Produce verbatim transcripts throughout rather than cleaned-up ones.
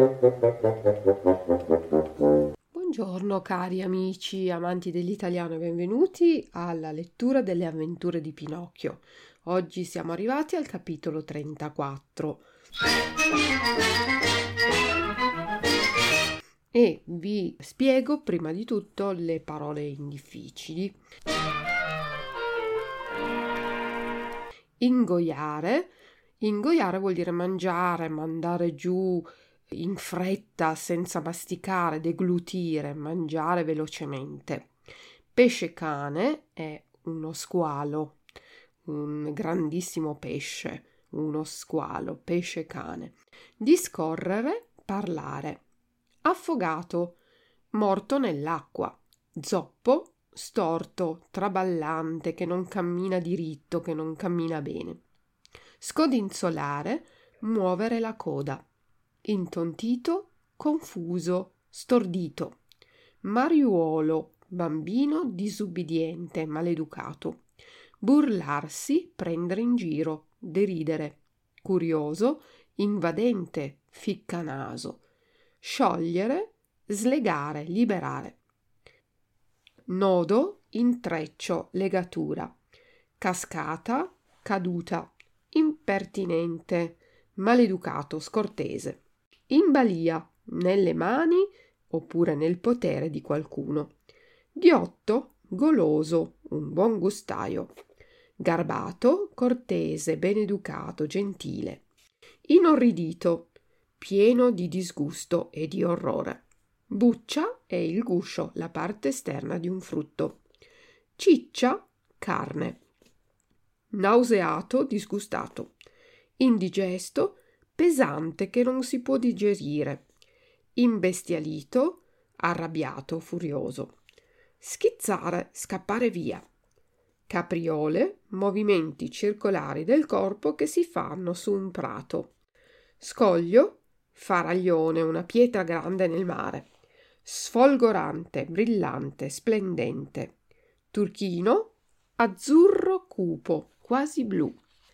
Buongiorno cari amici amanti dell'italiano e benvenuti alla lettura delle avventure di Pinocchio. Oggi siamo arrivati al capitolo trentaquattro e vi spiego prima di tutto le parole difficili. Ingoiare. Ingoiare vuol dire mangiare, mandare giù in fretta, senza masticare, deglutire, mangiare velocemente. Pesce cane è uno squalo, un grandissimo pesce, uno squalo, pesce cane. Discorrere, parlare. Affogato, morto nell'acqua. Zoppo, storto, traballante, che non cammina diritto, che non cammina bene. Scodinzolare, muovere la coda. Intontito, confuso, stordito. Mariuolo, bambino disubbidiente, maleducato. Burlarsi, prendere in giro, deridere. Curioso, invadente, ficcanaso. Sciogliere, slegare, liberare. Nodo, intreccio, legatura. Cascata, caduta. Impertinente, maleducato, scortese. In balia, nelle mani oppure nel potere di qualcuno. Ghiotto, goloso, un buon gustaio. Garbato, cortese, beneducato, gentile. Inorridito, pieno di disgusto e di orrore. Buccia è il guscio, la parte esterna di un frutto. Ciccia, carne. Nauseato, disgustato. Indigesto, pesante che non si può digerire. Imbestialito, arrabbiato, furioso. Schizzare, scappare via. Capriole, movimenti circolari del corpo che si fanno su un prato. Scoglio, faraglione, una pietra grande nel mare. Sfolgorante, brillante, splendente. Turchino, azzurro cupo, quasi blu.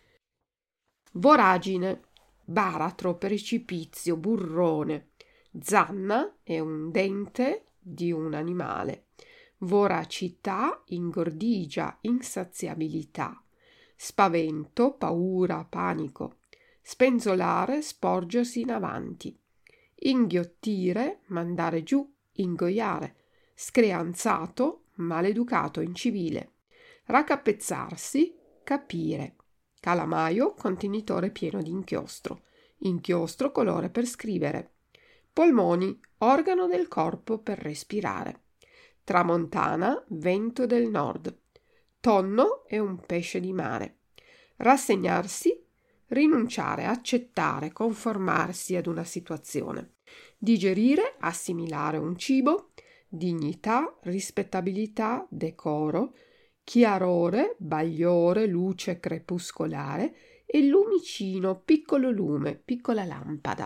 Voragine, baratro, precipizio, burrone. Zanna è un dente di un animale. Voracità, ingordigia, insaziabilità. Spavento, paura, panico. Spenzolare, sporgersi in avanti. Inghiottire, mandare giù, ingoiare. Screanzato, maleducato, incivile. Raccapezzarsi, capire. Calamaio, contenitore pieno di inchiostro. Inchiostro, colore per scrivere. Polmoni, organo del corpo per respirare. Tramontana, vento del nord. Tonno è un pesce di mare. Rassegnarsi, rinunciare, accettare, conformarsi ad una situazione. Digerire, assimilare un cibo. Dignità, rispettabilità, decoro. Chiarore, bagliore, luce crepuscolare e lumicino, piccolo lume, piccola lampada.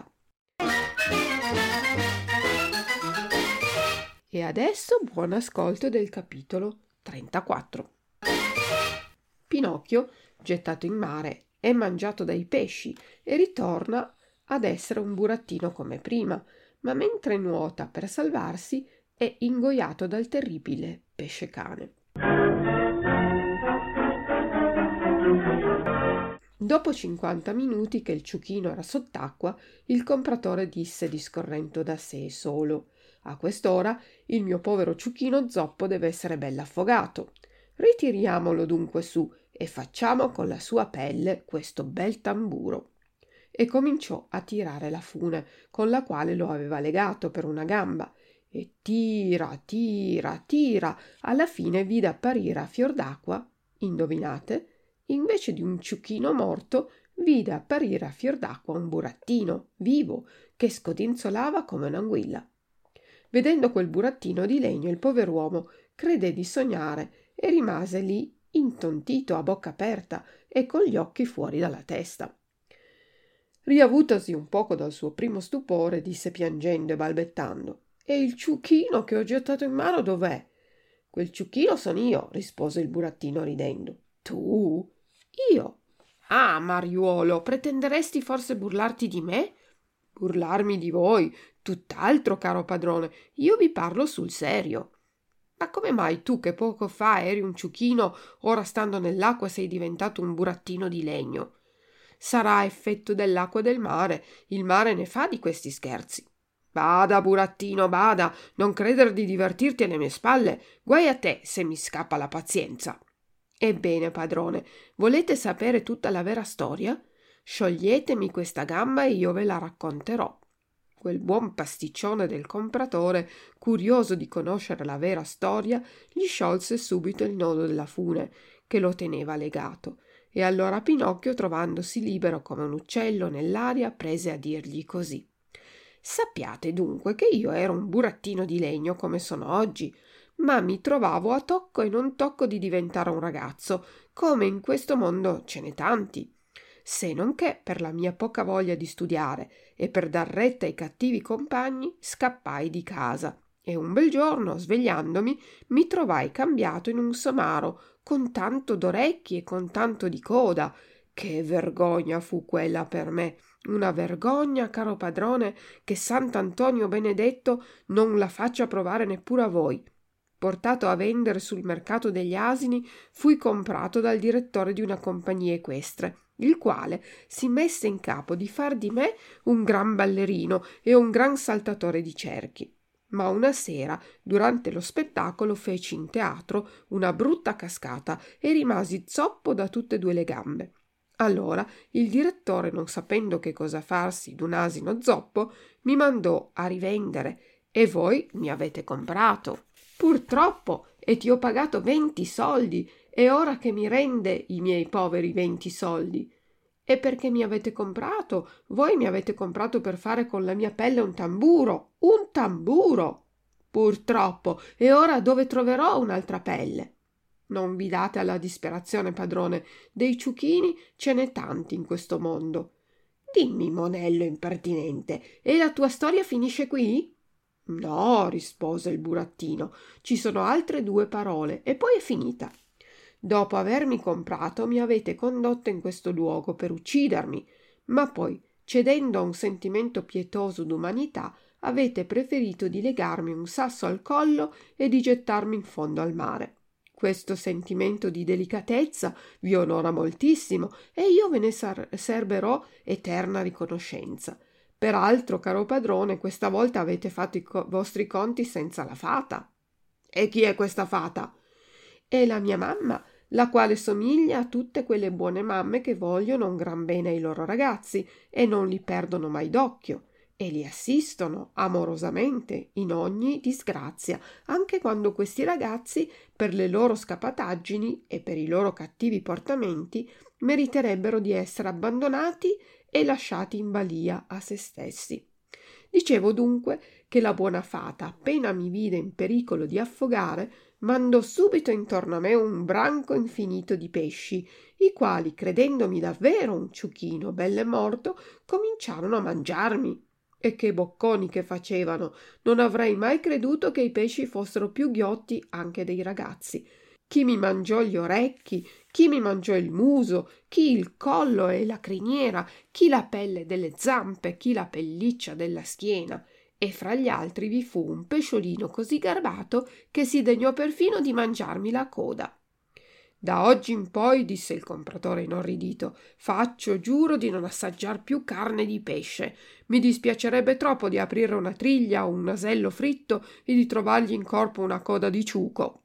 E adesso buon ascolto del capitolo trentaquattro. Pinocchio, gettato in mare, è mangiato dai pesci e ritorna ad essere un burattino come prima, ma mentre nuota per salvarsi è ingoiato dal terribile pesce cane. Dopo cinquanta minuti che il ciuchino era sott'acqua, il compratore disse discorrendo da sé solo: «A quest'ora il mio povero ciuchino zoppo deve essere bell'affogato. affogato. Ritiriamolo dunque su e facciamo con la sua pelle questo bel tamburo». E cominciò a tirare la fune con la quale lo aveva legato per una gamba, e tira, tira, tira, alla fine vide apparire a fior d'acqua, indovinate, invece di un ciuchino morto, vide apparire a fior d'acqua un burattino vivo che scodinzolava come un'anguilla. Vedendo quel burattino di legno, il pover'uomo credé di sognare e rimase lì intontito, a bocca aperta e con gli occhi fuori dalla testa. Riavutosi un poco dal suo primo stupore, disse piangendo e balbettando: «E il ciuchino che ho gettato in mare dov'è?» «Quel ciuchino son io», rispose il burattino ridendo. «Tu? Io? Ah, Mariuolo, pretenderesti forse burlarti di me? Burlarmi di voi? Tutt'altro, caro padrone, io vi parlo sul serio. Ma come mai tu, che poco fa eri un ciuchino, ora stando nell'acqua sei diventato un burattino di legno? Sarà effetto dell'acqua del mare, il mare ne fa di questi scherzi. Bada, burattino, bada, non credere di divertirti alle mie spalle, guai a te se mi scappa la pazienza. Ebbene, padrone, volete sapere tutta la vera storia? Scioglietemi questa gamba e io ve la racconterò. Quel buon pasticcione del compratore, curioso di conoscere la vera storia, gli sciolse subito il nodo della fune che lo teneva legato, e allora Pinocchio, trovandosi libero come un uccello nell'aria, prese a dirgli così: sappiate dunque che io ero un burattino di legno come sono oggi, ma mi trovavo a tocco e non tocco di diventare un ragazzo, come in questo mondo ce n'è tanti. Se non che per la mia poca voglia di studiare e per dar retta ai cattivi compagni scappai di casa, e un bel giorno, svegliandomi, mi trovai cambiato in un somaro, con tanto d'orecchi e con tanto di coda. Che vergogna fu quella per me, una vergogna, caro padrone, che Sant'Antonio Benedetto non la faccia provare neppure a voi. Portato a vendere sul mercato degli asini, fui comprato dal direttore di una compagnia equestre, il quale si messe in capo di far di me un gran ballerino e un gran saltatore di cerchi. Ma una sera, durante lo spettacolo, feci in teatro una brutta cascata e rimasi zoppo da tutte e due le gambe. Allora il direttore, non sapendo che cosa farsi d'un asino zoppo, mi mandò a rivendere, e voi mi avete comprato. Purtroppo, e ti ho pagato venti soldi, e ora che mi rende i miei poveri venti soldi? E perché mi avete comprato? Voi mi avete comprato per fare con la mia pelle un tamburo, un tamburo! Purtroppo, e ora dove troverò un'altra pelle? Non vi date alla disperazione, padrone, dei ciuchini ce n'è tanti in questo mondo. Dimmi, monello impertinente, e la tua storia finisce qui? No, rispose il burattino, ci sono altre due parole e poi è finita. Dopo avermi comprato mi avete condotto in questo luogo per uccidermi, ma poi, cedendo a un sentimento pietoso d'umanità, avete preferito di legarmi un sasso al collo e di gettarmi in fondo al mare. Questo sentimento di delicatezza vi onora moltissimo e io ve ne sar- serberò eterna riconoscenza. Peraltro, caro padrone, questa volta avete fatto i co- vostri conti senza la fata. E chi è questa fata? È la mia mamma, la quale somiglia a tutte quelle buone mamme che vogliono un gran bene ai loro ragazzi e non li perdono mai d'occhio e li assistono amorosamente in ogni disgrazia, anche quando questi ragazzi, per le loro scapataggini e per i loro cattivi portamenti, meriterebbero di essere abbandonati e lasciati in balia a se stessi. Dicevo dunque che la buona fata, appena mi vide in pericolo di affogare, mandò subito intorno a me un branco infinito di pesci, i quali, credendomi davvero un ciuchino belle morto, cominciarono a mangiarmi. E che bocconi che facevano! Non avrei mai creduto che i pesci fossero più ghiotti anche dei ragazzi. Chi mi mangiò gli orecchi, chi mi mangiò il muso, chi il collo e la criniera, chi la pelle delle zampe, chi la pelliccia della schiena, e fra gli altri vi fu un pesciolino così garbato che si degnò perfino di mangiarmi la coda. Da oggi in poi, disse il compratore inorridito, faccio giuro di non assaggiar più carne di pesce. Mi dispiacerebbe troppo di aprire una triglia o un nasello fritto e di trovargli in corpo una coda di ciuco.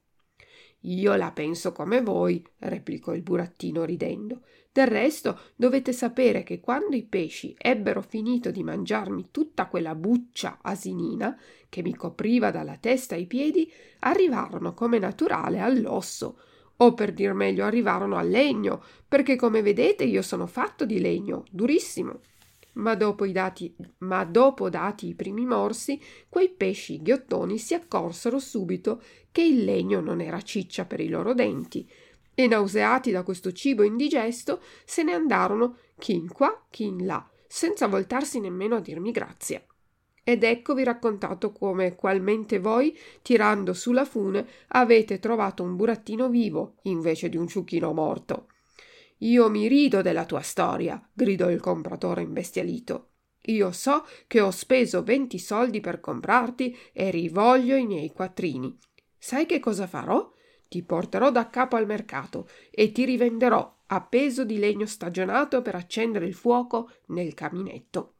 Io la penso come voi, replicò il burattino ridendo. Del resto dovete sapere che quando i pesci ebbero finito di mangiarmi tutta quella buccia asinina che mi copriva dalla testa ai piedi, arrivarono come naturale all'osso, o per dir meglio arrivarono al legno, perché come vedete io sono fatto di legno, durissimo. Ma dopo, i dati, ma dopo dati i primi morsi, quei pesci ghiottoni si accorsero subito che il legno non era ciccia per i loro denti, e nauseati da questo cibo indigesto se ne andarono chi in qua, chi in là, senza voltarsi nemmeno a dirmi grazia. Ed eccovi raccontato come, qualmente voi, tirando su la fune, avete trovato un burattino vivo invece di un ciuchino morto. Io mi rido della tua storia, gridò il compratore imbestialito. Io so che ho speso venti soldi per comprarti e rivoglio i miei quattrini. Sai che cosa farò? Ti porterò da capo al mercato e ti rivenderò a peso di legno stagionato per accendere il fuoco nel caminetto.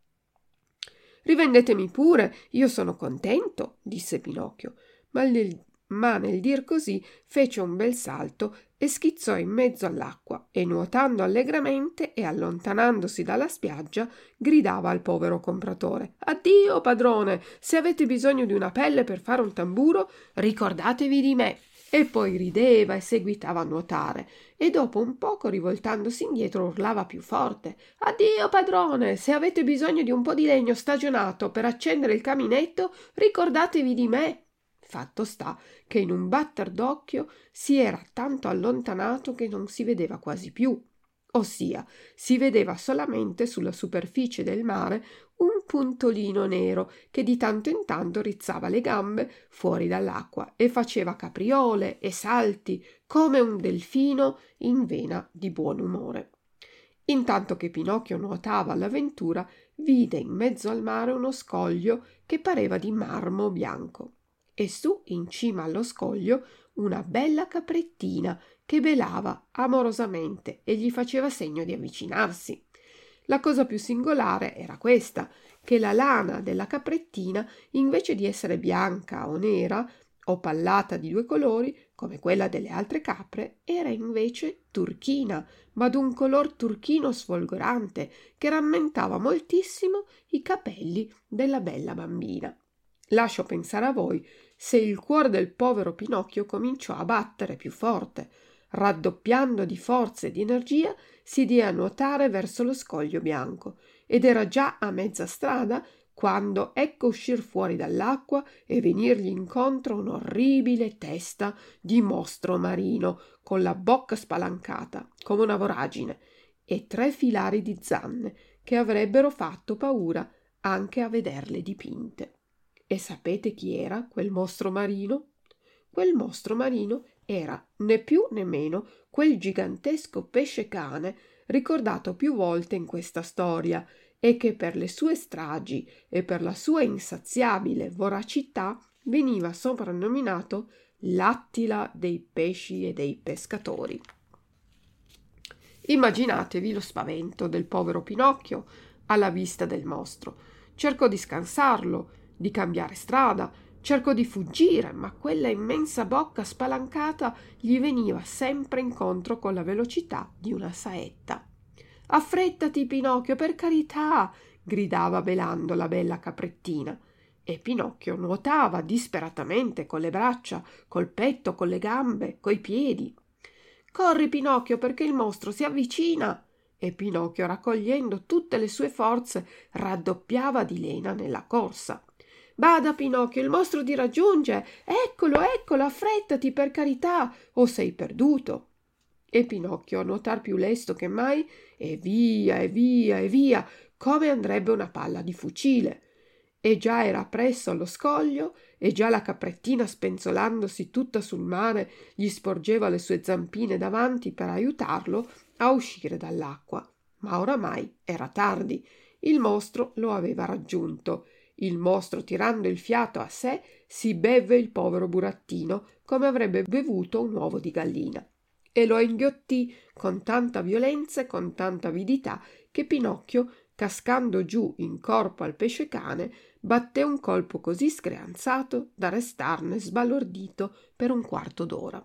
Rivendetemi pure, io sono contento, disse Pinocchio, ma nel, ma nel dir così fece un bel salto e schizzò in mezzo all'acqua e nuotando allegramente e allontanandosi dalla spiaggia gridava al povero compratore: Addio, padrone, se avete bisogno di una pelle per fare un tamburo, ricordatevi di me. E poi rideva e seguitava a nuotare e dopo un poco, rivoltandosi indietro, urlava più forte: Addio, padrone, se avete bisogno di un po' di legno stagionato per accendere il caminetto, ricordatevi di me. Fatto sta che in un batter d'occhio si era tanto allontanato che non si vedeva quasi più, ossia si vedeva solamente sulla superficie del mare un puntolino nero che di tanto in tanto rizzava le gambe fuori dall'acqua e faceva capriole e salti come un delfino in vena di buon umore. Intanto che Pinocchio nuotava all'avventura, vide in mezzo al mare uno scoglio che pareva di marmo bianco e su in cima allo scoglio una bella caprettina che belava amorosamente e gli faceva segno di avvicinarsi. La cosa più singolare era questa, che la lana della caprettina, invece di essere bianca o nera o pallata di due colori, come quella delle altre capre, era invece turchina, ma d'un color turchino sfolgorante, che rammentava moltissimo i capelli della bella bambina. Lascio pensare a voi se il cuore del povero Pinocchio cominciò a battere più forte. Raddoppiando di forza e di energia, si diè a nuotare verso lo scoglio bianco ed era già a mezza strada quando ecco uscir fuori dall'acqua e venirgli incontro un'orribile testa di mostro marino con la bocca spalancata come una voragine e tre filari di zanne che avrebbero fatto paura anche a vederle dipinte. E sapete chi era quel mostro marino? Quel mostro marino era né più né meno quel gigantesco pesce cane ricordato più volte in questa storia e che per le sue stragi e per la sua insaziabile voracità veniva soprannominato l'Attila dei pesci e dei pescatori. Immaginatevi lo spavento del povero Pinocchio alla vista del mostro. Cercò di scansarlo, di cambiare strada, cercò di fuggire, ma quella immensa bocca spalancata gli veniva sempre incontro con la velocità di una saetta. Affrettati, Pinocchio, per carità! Gridava belando la bella caprettina. E Pinocchio nuotava disperatamente con le braccia, col petto, con le gambe, coi piedi. Corri, Pinocchio, perché il mostro si avvicina! E Pinocchio, raccogliendo tutte le sue forze, raddoppiava di lena nella corsa. Bada, Pinocchio, il mostro ti raggiunge! Eccolo, eccolo, affrettati, per carità, o sei perduto! E Pinocchio, a nuotar più lesto che mai, e via, e via, e via, come andrebbe una palla di fucile. E già era presso allo scoglio, e già la caprettina, spenzolandosi tutta sul mare, gli sporgeva le sue zampine davanti per aiutarlo a uscire dall'acqua. Ma oramai era tardi. Il mostro lo aveva raggiunto. Il mostro, tirando il fiato a sé, si bevve il povero burattino come avrebbe bevuto un uovo di gallina e lo inghiottì con tanta violenza e con tanta avidità che Pinocchio, cascando giù in corpo al pesce cane, batté un colpo così screanzato da restarne sbalordito per un quarto d'ora.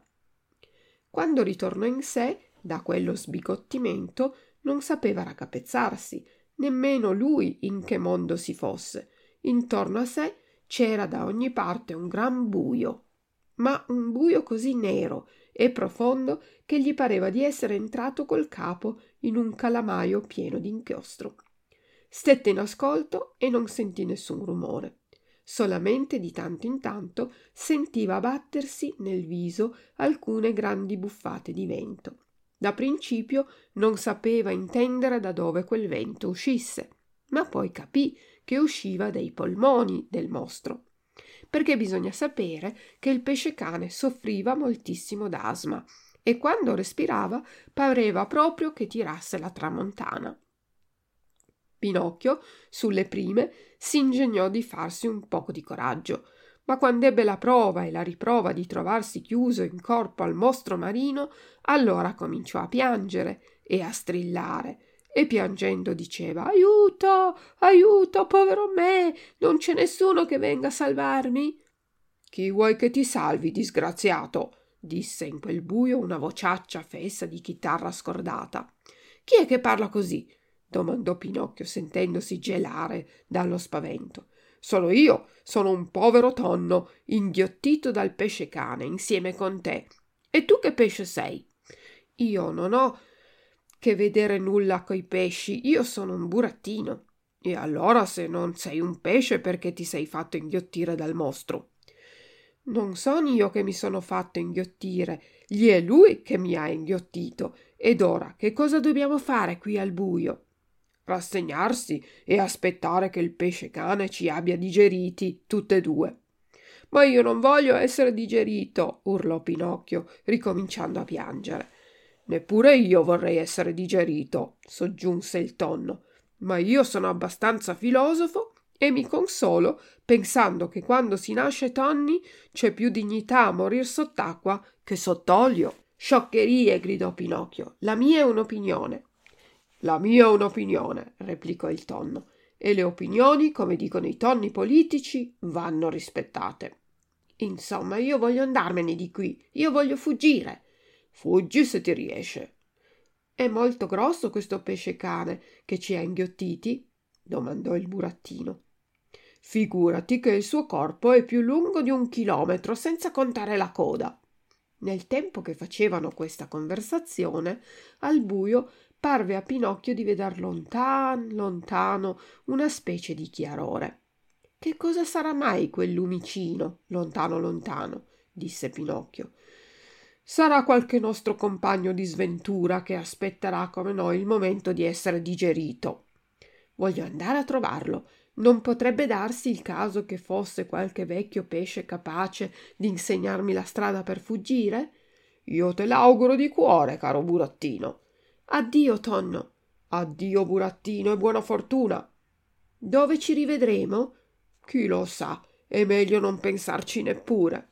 Quando ritornò in sé da quello sbigottimento non sapeva raccapezzarsi, nemmeno lui in che mondo si fosse. Intorno a sé c'era da ogni parte un gran buio, ma un buio così nero e profondo che gli pareva di essere entrato col capo in un calamaio pieno d'inchiostro. Stette in ascolto e non sentì nessun rumore. Solamente di tanto in tanto sentiva battersi nel viso alcune grandi buffate di vento. Da principio non sapeva intendere da dove quel vento uscisse, ma poi capì che usciva dai polmoni del mostro, perché bisogna sapere che il pesce cane soffriva moltissimo d'asma e quando respirava pareva proprio che tirasse la tramontana. Pinocchio, sulle prime, si ingegnò di farsi un poco di coraggio, ma quando ebbe la prova e la riprova di trovarsi chiuso in corpo al mostro marino, allora cominciò a piangere e a strillare, e piangendo diceva: «Aiuto, aiuto, povero me, non c'è nessuno che venga a salvarmi?» «Chi vuoi che ti salvi, disgraziato?» disse in quel buio una vociaccia fessa di chitarra scordata. «Chi è che parla così?» domandò Pinocchio, sentendosi gelare dallo spavento. «Sono io, sono un povero tonno, inghiottito dal pesce cane insieme con te. E tu che pesce sei?» «Io non ho che vedere nulla coi pesci, io sono un burattino». «E allora, se non sei un pesce, perché ti sei fatto inghiottire dal mostro?» «Non son io che mi sono fatto inghiottire, gli è lui che mi ha inghiottito. Ed ora che cosa dobbiamo fare qui al buio?» «Rassegnarsi e aspettare che il pesce cane ci abbia digeriti tutte e due». «Ma io non voglio essere digerito», urlò Pinocchio, ricominciando a piangere. «Neppure io vorrei essere digerito», soggiunse il tonno, «ma io sono abbastanza filosofo e mi consolo pensando che quando si nasce tonni c'è più dignità a morir sott'acqua che sott'olio». «Scioccherie», gridò Pinocchio, «la mia è un'opinione». «La mia è un'opinione», replicò il tonno, «e le opinioni, come dicono i tonni politici, vanno rispettate». «Insomma, io voglio andarmene di qui, io voglio fuggire». «Fuggi se ti riesce». «È molto grosso questo pesce cane che ci ha inghiottiti?» domandò il burattino. «Figurati che il suo corpo è più lungo di un chilometro, senza contare la coda». Nel tempo che facevano questa conversazione, al buio parve a Pinocchio di veder lontan, lontano una specie di chiarore. «Che cosa sarà mai quel lumicino, lontano lontano?» disse Pinocchio. «Sarà qualche nostro compagno di sventura che aspetterà come noi il momento di essere digerito». «Voglio andare a trovarlo. Non potrebbe darsi il caso che fosse qualche vecchio pesce capace di insegnarmi la strada per fuggire?» «Io te l'auguro di cuore, caro burattino». «Addio, tonno». «Addio, burattino, e buona fortuna». «Dove ci rivedremo?» «Chi lo sa, è meglio non pensarci neppure».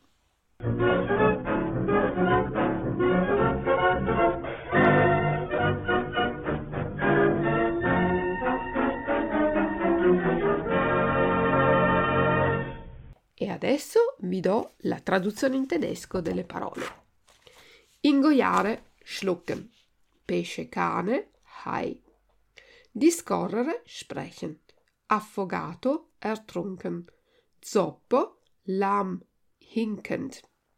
E adesso vi do la traduzione in tedesco delle parole. Ingoiare, schlucken. Pesce cane, Hai. Discorrere, sprechen. Affogato, ertrunken. Zoppo, lahm, hinkend.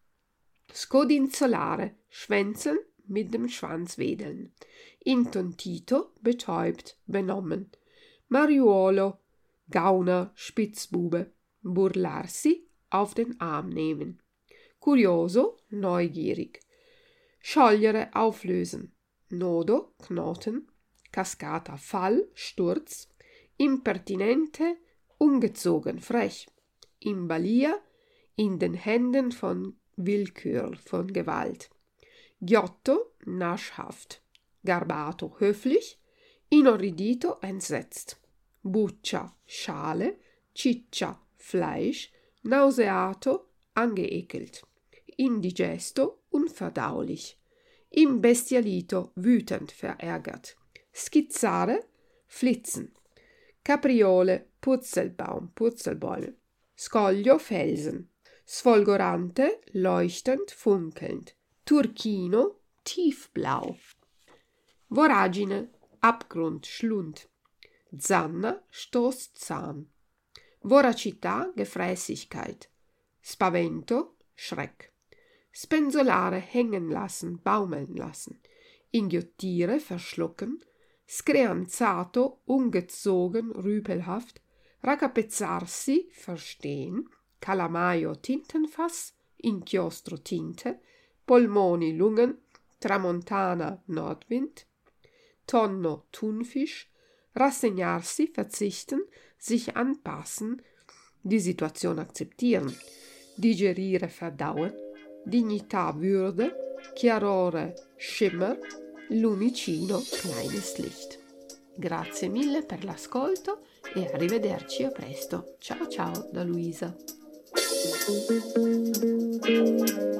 Scodinzolare, schwänzeln, mit dem Schwanz wedeln. Intontito, betäubt, benommen. Mariuolo, Gauner, Spitzbube. Burlarsi, auf den Arm nehmen. Curioso, neugierig. Sciogliere, auflösen. Nodo, Knoten. Cascata, Fall, Sturz. Impertinente, ungezogen, frech. In Balia, in den Händen von Willkür, von Gewalt. Ghiotto, naschhaft. Garbato, höflich. Inorridito, entsetzt. Buccia, Schale. Ciccia, Fleisch. Nauseato, angeekelt. Indigesto, unverdaulich. Imbestialito, wütend, verärgert. Schizzare, flitzen. Capriole, Purzelbaum, Purzelbäume. Scoglio, Felsen. Sfolgorante, leuchtend, funkelnd. Turchino, tiefblau. Voragine, Abgrund, Schlund. Zanna, Stoßzahn. Voracità, Gefräßigkeit. Spavento, Schreck. Spenzolare, hängen lassen, baumeln lassen. Inghiottire, verschlucken. Screanzato, ungezogen, rüpelhaft. Raccapezzarsi, verstehen. Calamaio, Tintenfass. Inchiostro, Tinte. Polmoni, Lungen. Tramontana, Nordwind. Tonno, Thunfisch. Rassegnarsi, verzichten, sich anpassen, die Situation akzeptieren. Digerire, verdauen. Dignità, Würde. Chiarore, Schimmer. Lumicino, kleines Licht. Grazie mille per l'ascolto e arrivederci a presto. Ciao ciao da Luisa.